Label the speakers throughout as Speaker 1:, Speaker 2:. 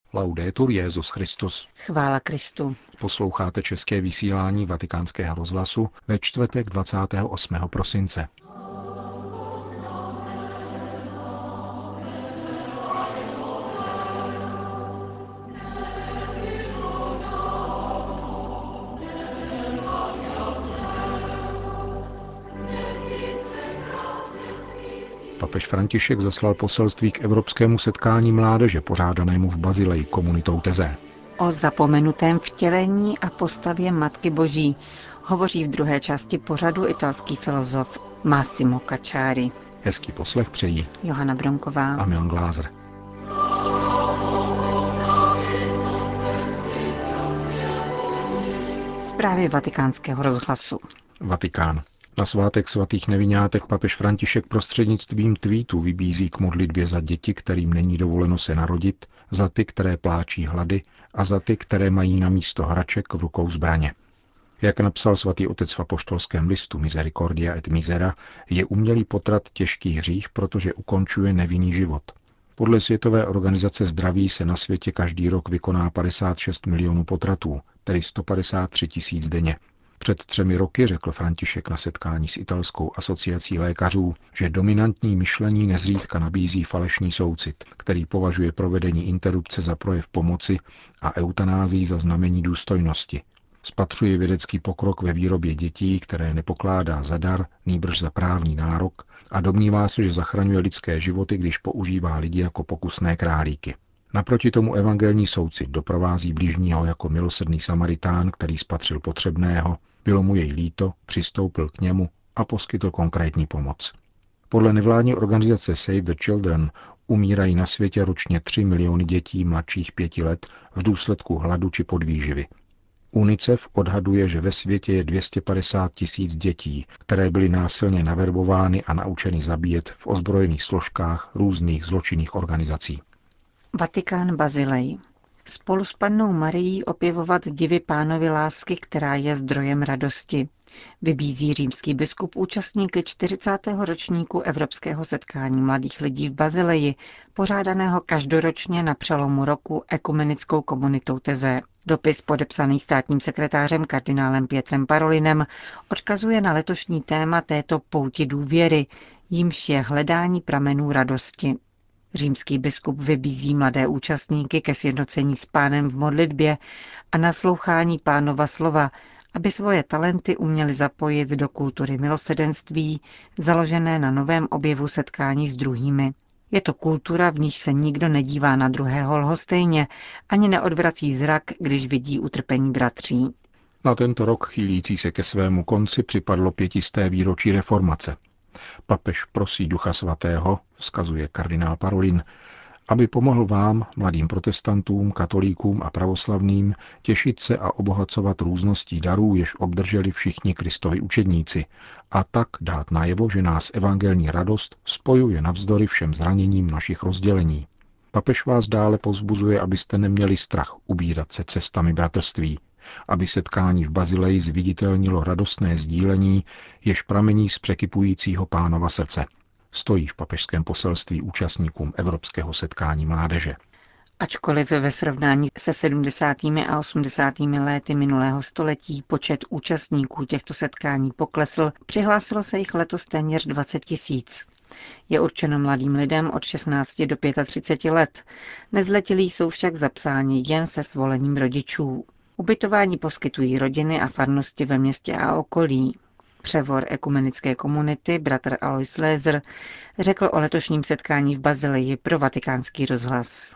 Speaker 1: Laudetur Jesus Christus.
Speaker 2: Chvála Kristu.
Speaker 1: Posloucháte české vysílání Vatikánského rozhlasu ve čtvrtek 28. prosince. Papež František zaslal poselství k evropskému setkání mládeže pořádanému v Basileji komunitou Teze.
Speaker 2: O zapomenutém vtělení a postavě Matky Boží hovoří v druhé části pořadu italský filozof Massimo Cacciari.
Speaker 1: Hezký poslech přejí
Speaker 2: Johana Bronková
Speaker 1: a Milan Glázer.
Speaker 2: Zprávy Vatikánského rozhlasu.
Speaker 1: Vatikán. Na svátek svatých neviňátek papež František prostřednictvím tweetu vybízí k modlitbě za děti, kterým není dovoleno se narodit, za ty, které pláčí hlady a za ty, které mají na místo hraček v rukou zbraně. Jak napsal svatý otec v apoštolském listu Misericordia et Misera, je umělý potrat těžký hřích, protože ukončuje nevinný život. Podle Světové organizace zdraví se na světě každý rok vykoná 56 milionů potratů, tedy 153 000 denně. Před 3 roky řekl František na setkání s italskou asociací lékařů, že dominantní myšlení nezřídka nabízí falešný soucit, který považuje provedení interrupce za projev pomoci a eutanázii za znamení důstojnosti. Spatřuje vědecký pokrok ve výrobě dětí, které nepokládá za dar, nýbrž za právní nárok, a domnívá se, že zachraňuje lidské životy, když používá lidi jako pokusné králíky. Naproti tomu evangelní soucit doprovází bližního jako milosrdný Samaritán, který spatřil potřebného, bylo mu jej líto, přistoupil k němu a poskytl konkrétní pomoc. Podle nevládní organizace Save the Children umírají na světě ročně 3 miliony dětí mladších 5 let v důsledku hladu či podvýživy. UNICEF odhaduje, že ve světě je 250 000 dětí, které byly násilně naverbovány a naučeny zabíjet v ozbrojených složkách různých zločinných organizací.
Speaker 2: Vatikán Basilej. Spolu s Pannou Marií opěvovat divy Pánovy lásky, která je zdrojem radosti. Vybízí římský biskup účastníky 40. ročníku Evropského setkání mladých lidí v Basileji, pořádaného každoročně na přelomu roku ekumenickou komunitou Teze. Dopis podepsaný státním sekretářem kardinálem Pietrem Parolinem odkazuje na letošní téma této pouti důvěry, jímž je hledání pramenů radosti. Římský biskup vybízí mladé účastníky ke sjednocení s Pánem v modlitbě a naslouchání Pánova slova, aby svoje talenty uměli zapojit do kultury milosrdenství, založené na novém objevu setkání s druhými. Je to kultura, v níž se nikdo nedívá na druhého lhostejně, ani neodvrací zrak, když vidí utrpení bratří.
Speaker 1: Na tento rok chýlící se ke svému konci připadlo 500. výročí reformace. Papež prosí Ducha Svatého, vzkazuje kardinál Parolin, aby pomohl vám, mladým protestantům, katolíkům a pravoslavným, těšit se a obohacovat růzností darů, jež obdrželi všichni Kristovi učedníci, a tak dát najevo, že nás evangelní radost spojuje navzdory všem zraněním našich rozdělení. Papež vás dále povzbuzuje, abyste neměli strach ubírat se cestami bratrství, aby setkání v Basileji zviditelnilo radostné sdílení, jež pramení z překypujícího Pánova srdce. Stojí v papežském poselství účastníkům Evropského setkání mládeže.
Speaker 2: Ačkoliv ve srovnání se 70. a 80. léty minulého století počet účastníků těchto setkání poklesl, přihlásilo se jich letos téměř 20 000. Je určeno mladým lidem od 16 do 35 let. Nezletilí jsou však zapsáni jen se svolením rodičů. Ubytování poskytují rodiny a farnosti ve městě a okolí. Převor ekumenické komunity, bratr Alois Lézer, řekl o letošním setkání v Basileji pro Vatikánský rozhlas.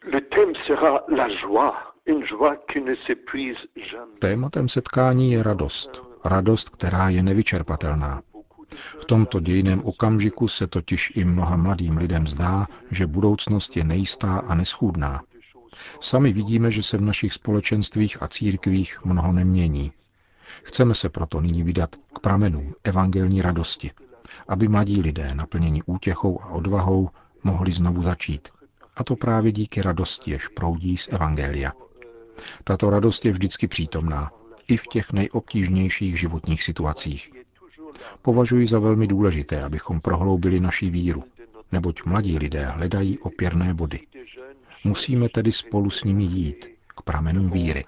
Speaker 1: Tématem setkání je radost. Radost, která je nevyčerpatelná. V tomto dějiném okamžiku se totiž i mnoha mladým lidem zdá, že budoucnost je nejistá a neschůdná. Sami vidíme, že se v našich společenstvích a církvích mnoho nemění. Chceme se proto nyní vydat k pramenům evangelní radosti, aby mladí lidé naplnění útěchou a odvahou mohli znovu začít. A to právě díky radosti, jež proudí z evangelia. Tato radost je vždycky přítomná, i v těch nejobtížnějších životních situacích. Považuji za velmi důležité, abychom prohloubili naši víru, neboť mladí lidé hledají opěrné body. Musíme tedy spolu s nimi jít k pramenům víry.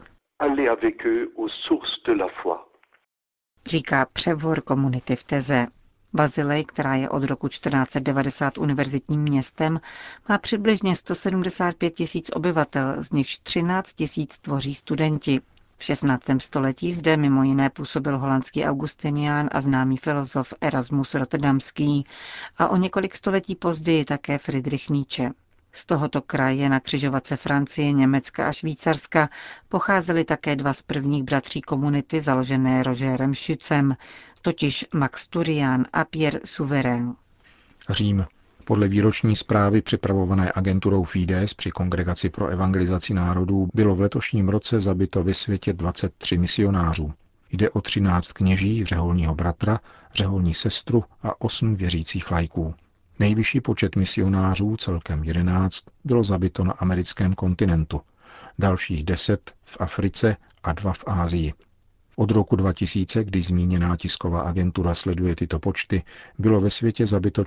Speaker 2: Říká převor komunity v Teze. Bazilej, která je od roku 1490 univerzitním městem, má přibližně 175 tisíc obyvatel, z nichž 13 tisíc tvoří studenti. V 16. století zde mimo jiné působil holandský augustinián a známý filozof Erasmus Rotterdamský a o několik století později také Friedrich Nietzsche. Z tohoto kraje na křižovatce Francie, Německa a Švýcarska pocházeli také dva z prvních bratří komunity založené Rogerem Schutzem, totiž Max Turian a Pierre Souverain.
Speaker 1: Řím. Podle výroční zprávy připravované agenturou Fides při Kongregaci pro evangelizaci národů bylo v letošním roce zabito ve světě 23 misionářů. Jde o 13 kněží, řeholního bratra, řeholní sestru a 8 věřících laiků. Nejvyšší počet misionářů, celkem 11, bylo zabito na americkém kontinentu, dalších 10 v Africe a 2 v Asii. Od roku 2000, kdy zmíněná tisková agentura sleduje tyto počty, bylo ve světě zabito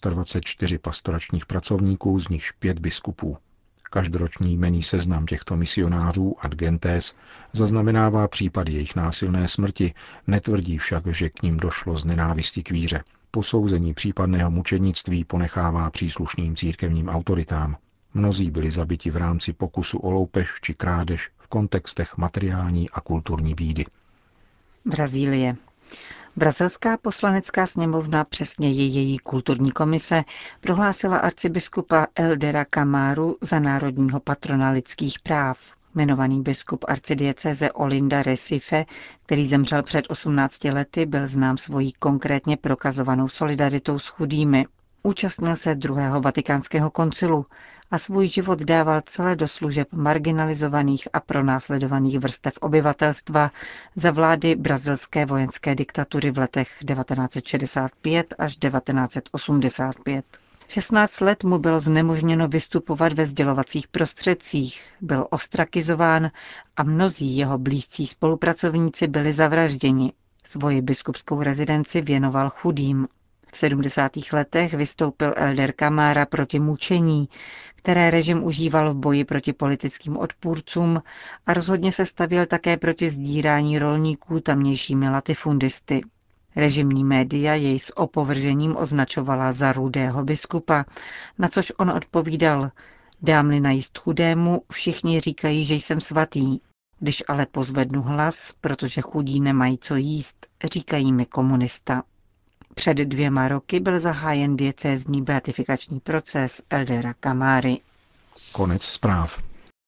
Speaker 1: 424 pastoračních pracovníků, z nichž 5 biskupů. Každoroční jmenný seznam těchto misionářů ad gentes zaznamenává případy jejich násilné smrti, netvrdí však, že k ním došlo z nenávisti k víře. Posouzení případného mučednictví ponechává příslušným církevním autoritám. Mnozí byli zabiti v rámci pokusu o loupež či krádež v kontextech materiální a kulturní bídy.
Speaker 2: Brazílie. Brazilská poslanecká sněmovna, přesněji její kulturní komise, prohlásila arcibiskupa Eldera Camaru za národního patrona lidských práv. Jmenovaný biskup arcidiecéze Olinda Recife, který zemřel před 18 lety, byl znám svojí konkrétně prokazovanou solidaritou s chudými. Účastnil se druhého vatikánského koncilu a svůj život dával celé do služeb marginalizovaných a pronásledovaných vrstev obyvatelstva za vlády brazilské vojenské diktatury v letech 1965 až 1985. 16 let mu bylo znemožněno vystupovat ve sdělovacích prostředcích, byl ostrakizován a mnozí jeho blízcí spolupracovníci byli zavražděni. Svoji biskupskou rezidenci věnoval chudým. V 70. letech vystoupil Elder Camara proti mučení, které režim užíval v boji proti politickým odpůrcům, a rozhodně se stavěl také proti sdírání rolníků tamnějšími latifundisty. Režimní média jej s opovržením označovala za rudého biskupa, na což on odpovídal: dám-li najíst chudému, všichni říkají, že jsem svatý. Když ale pozvednu hlas, protože chudí nemají co jíst, říkají mi komunista. Před 2 roky byl zahájen diecézní beatifikační proces Eldera Camary.
Speaker 1: Konec zpráv.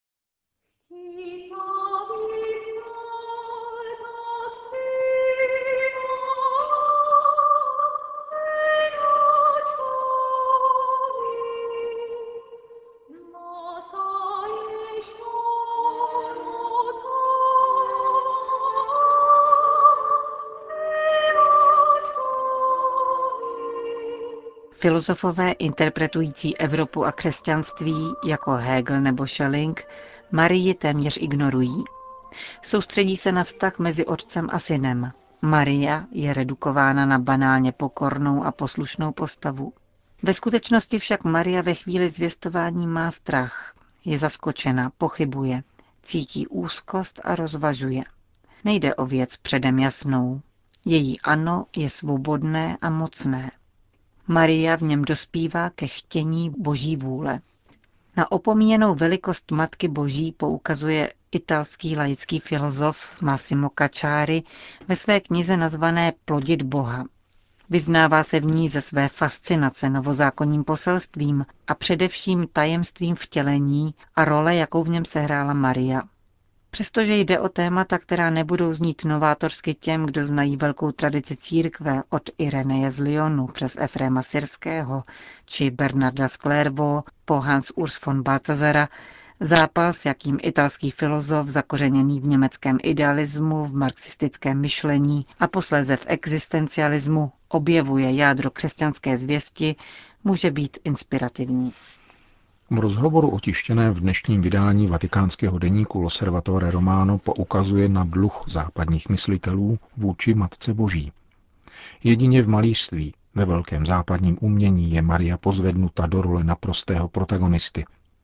Speaker 2: Filozofové interpretující Evropu a křesťanství, jako Hegel nebo Schelling, Marii téměř ignorují. Soustředí se na vztah mezi otcem a synem. Maria je redukována na banálně pokornou a poslušnou postavu. Ve skutečnosti však Maria ve chvíli zvěstování má strach. Je zaskočena, pochybuje, cítí úzkost a rozvažuje. Nejde o věc předem jasnou. Její ano je svobodné a mocné. Maria v něm dospívá ke chtění Boží vůle. Na opomíjenou velikost Matky Boží poukazuje italský laický filozof Massimo Cacciari ve své knize nazvané Plodit Boha. Vyznává se v ní ze své fascinace novozákonním poselstvím a především tajemstvím vtělení a role, jakou v něm sehrála Maria. Přestože jde o témata, která nebudou znít novátorsky těm, kdo znají velkou tradici církve od Ireneje z Lyonu přes Efréma Syrského či Bernarda z Clairvaux po Hans Urs von Balthasara, zápal, s jakým italský filozof zakořeněný v německém idealismu, v marxistickém myšlení a posléze v existencialismu objevuje jádro křesťanské zvěsti, může být inspirativní.
Speaker 1: V rozhovoru otištěném v dnešním vydání vatikánského deníku L'Osservatore Romano poukazuje na dluh západních myslitelů vůči Matce Boží. Jedině v malířství, ve velkém západním umění je Maria pozvednuta do role naprostého protagonisty.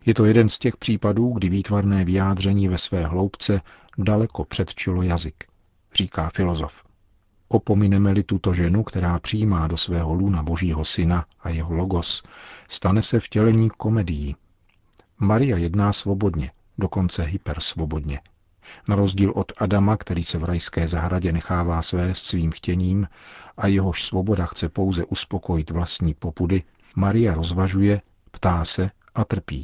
Speaker 1: Je to jeden z těch případů, kdy výtvarné vyjádření ve své hloubce daleko předčilo jazyk, říká filozof. Opomineme-li tuto ženu, která přijímá do svého lůna Božího syna a jeho logos, stane se vtělení komedií. Maria jedná svobodně, dokonce hypersvobodně. Na rozdíl od Adama, který se v rajské zahradě nechává svést svým chtěním a jehož svoboda chce pouze uspokojit vlastní popudy, Maria rozvažuje, ptá se a trpí.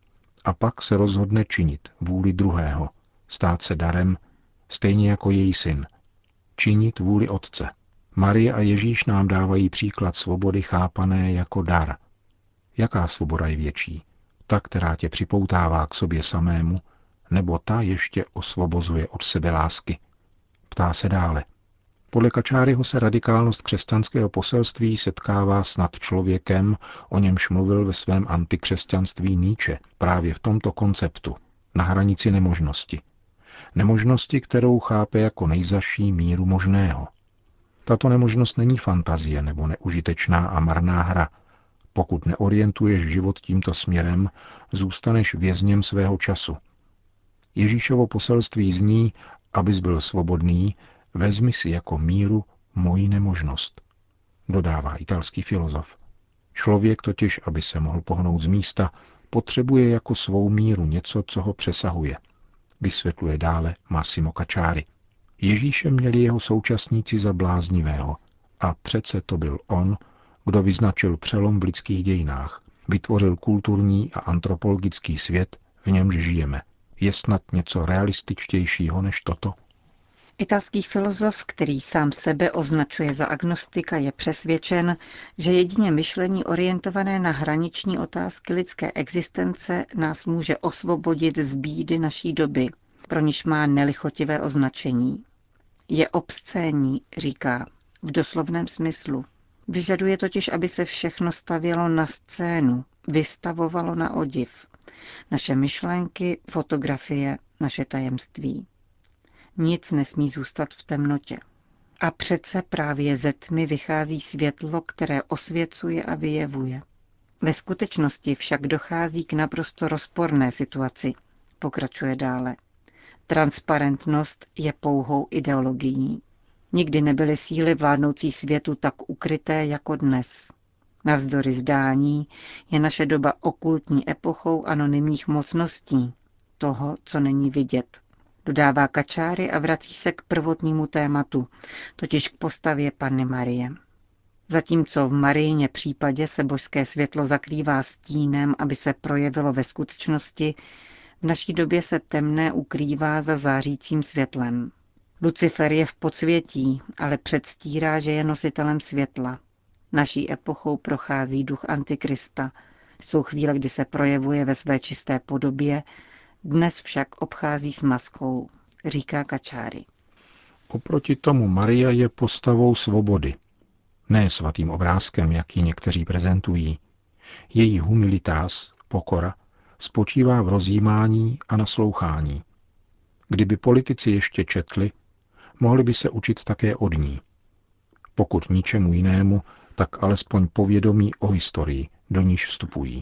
Speaker 1: A pak se rozhodne činit vůli druhého, stát se darem, stejně jako její syn. Činit vůli Otce. Marie a Ježíš nám dávají příklad svobody chápané jako dar. Jaká svoboda je větší? Ta, která tě připoutává k sobě samému, nebo ta ještě osvobozuje od sebe lásky? Ptá se dále. Podle Kačáryho se radikálnost křesťanského poselství setkává s nadčlověkem, o němž mluvil ve svém antikřesťanství Nietzsche právě v tomto konceptu, na hranici nemožnosti. Nemožnosti, kterou chápe jako nejzazší míru možného. Tato nemožnost není fantazie nebo neužitečná a marná hra. Pokud neorientuješ život tímto směrem, zůstaneš vězněm svého času. Ježíšovo poselství zní, abys byl svobodný, vezmi si jako míru moji nemožnost, dodává italský filozof. Člověk totiž, aby se mohl pohnout z místa, potřebuje jako svou míru něco, co ho přesahuje. Vysvětluje dále Massimo Cacciari. Ježíše měli jeho současníci za bláznivého a přece to byl on, kdo vyznačil přelom v lidských dějinách, vytvořil kulturní a antropologický svět, v němž žijeme. Je snad něco realističtějšího než toto?
Speaker 2: Italský filozof, který sám sebe označuje za agnostika, je přesvědčen, že jedině myšlení orientované na hraniční otázky lidské existence nás může osvobodit z bídy naší doby, pro niž má nelichotivé označení. Je obscénní, říká, v doslovném smyslu. Vyžaduje totiž, aby se všechno stavělo na scénu, vystavovalo na odiv. Naše myšlenky, fotografie, naše tajemství. Nic nesmí zůstat v temnotě. A přece právě ze tmy vychází světlo, které osvěcuje a vyjevuje. Ve skutečnosti však dochází k naprosto rozporné situaci, pokračuje dále. Transparentnost je pouhou ideologií. Nikdy nebyly síly vládnoucí světu tak ukryté jako dnes. Navzdory zdání je naše doba okultní epochou anonymních mocností, toho, co není vidět. Dodává Cacciari a vrací se k prvotnímu tématu, totiž k postavě Panny Marie. Zatímco v Marijině případě se božské světlo zakrývá stínem, aby se projevilo ve skutečnosti, v naší době se temné ukrývá za zářícím světlem. Lucifer je v podsvětí, ale předstírá, že je nositelem světla. Naší epochou prochází duch Antikrista. Jsou chvíle, kdy se projevuje ve své čisté podobě, dnes však obchází s maskou, říká Cacciari.
Speaker 1: Oproti tomu Maria je postavou svobody. Ne svatým obrázkem, jak ji někteří prezentují. Její humilitas, pokora, spočívá v rozjímání a naslouchání. Kdyby politici ještě četli, mohli by se učit také od ní. Pokud ničemu jinému, tak alespoň povědomí o historii, do níž vstupují.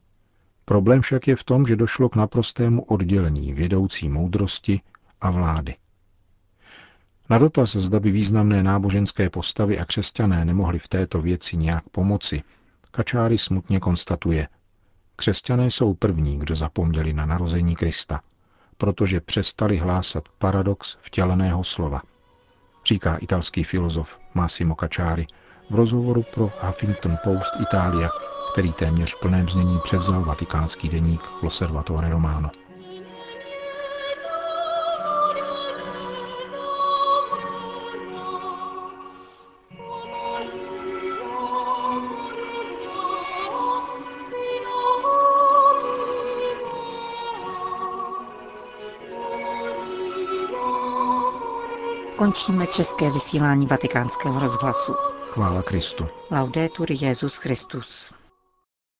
Speaker 1: Problém však je v tom, že došlo k naprostému oddělení vědoucí moudrosti a vlády. Na dotaz, zda by významné náboženské postavy a křesťané nemohli v této věci nějak pomoci, Cacciari smutně konstatuje: křesťané jsou první, kdo zapomněli na narození Krista, protože přestali hlásat paradox vtěleného slova. Říká italský filozof Massimo Cacciari v rozhovoru pro Huffington Post Italia, který téměř v plném znění převzal vatikánský deník L'Osservatore Romano.
Speaker 2: Končíme české vysílání Vatikánského rozhlasu.
Speaker 1: Chvála Kristu.
Speaker 2: Laudetur Jesus Christus.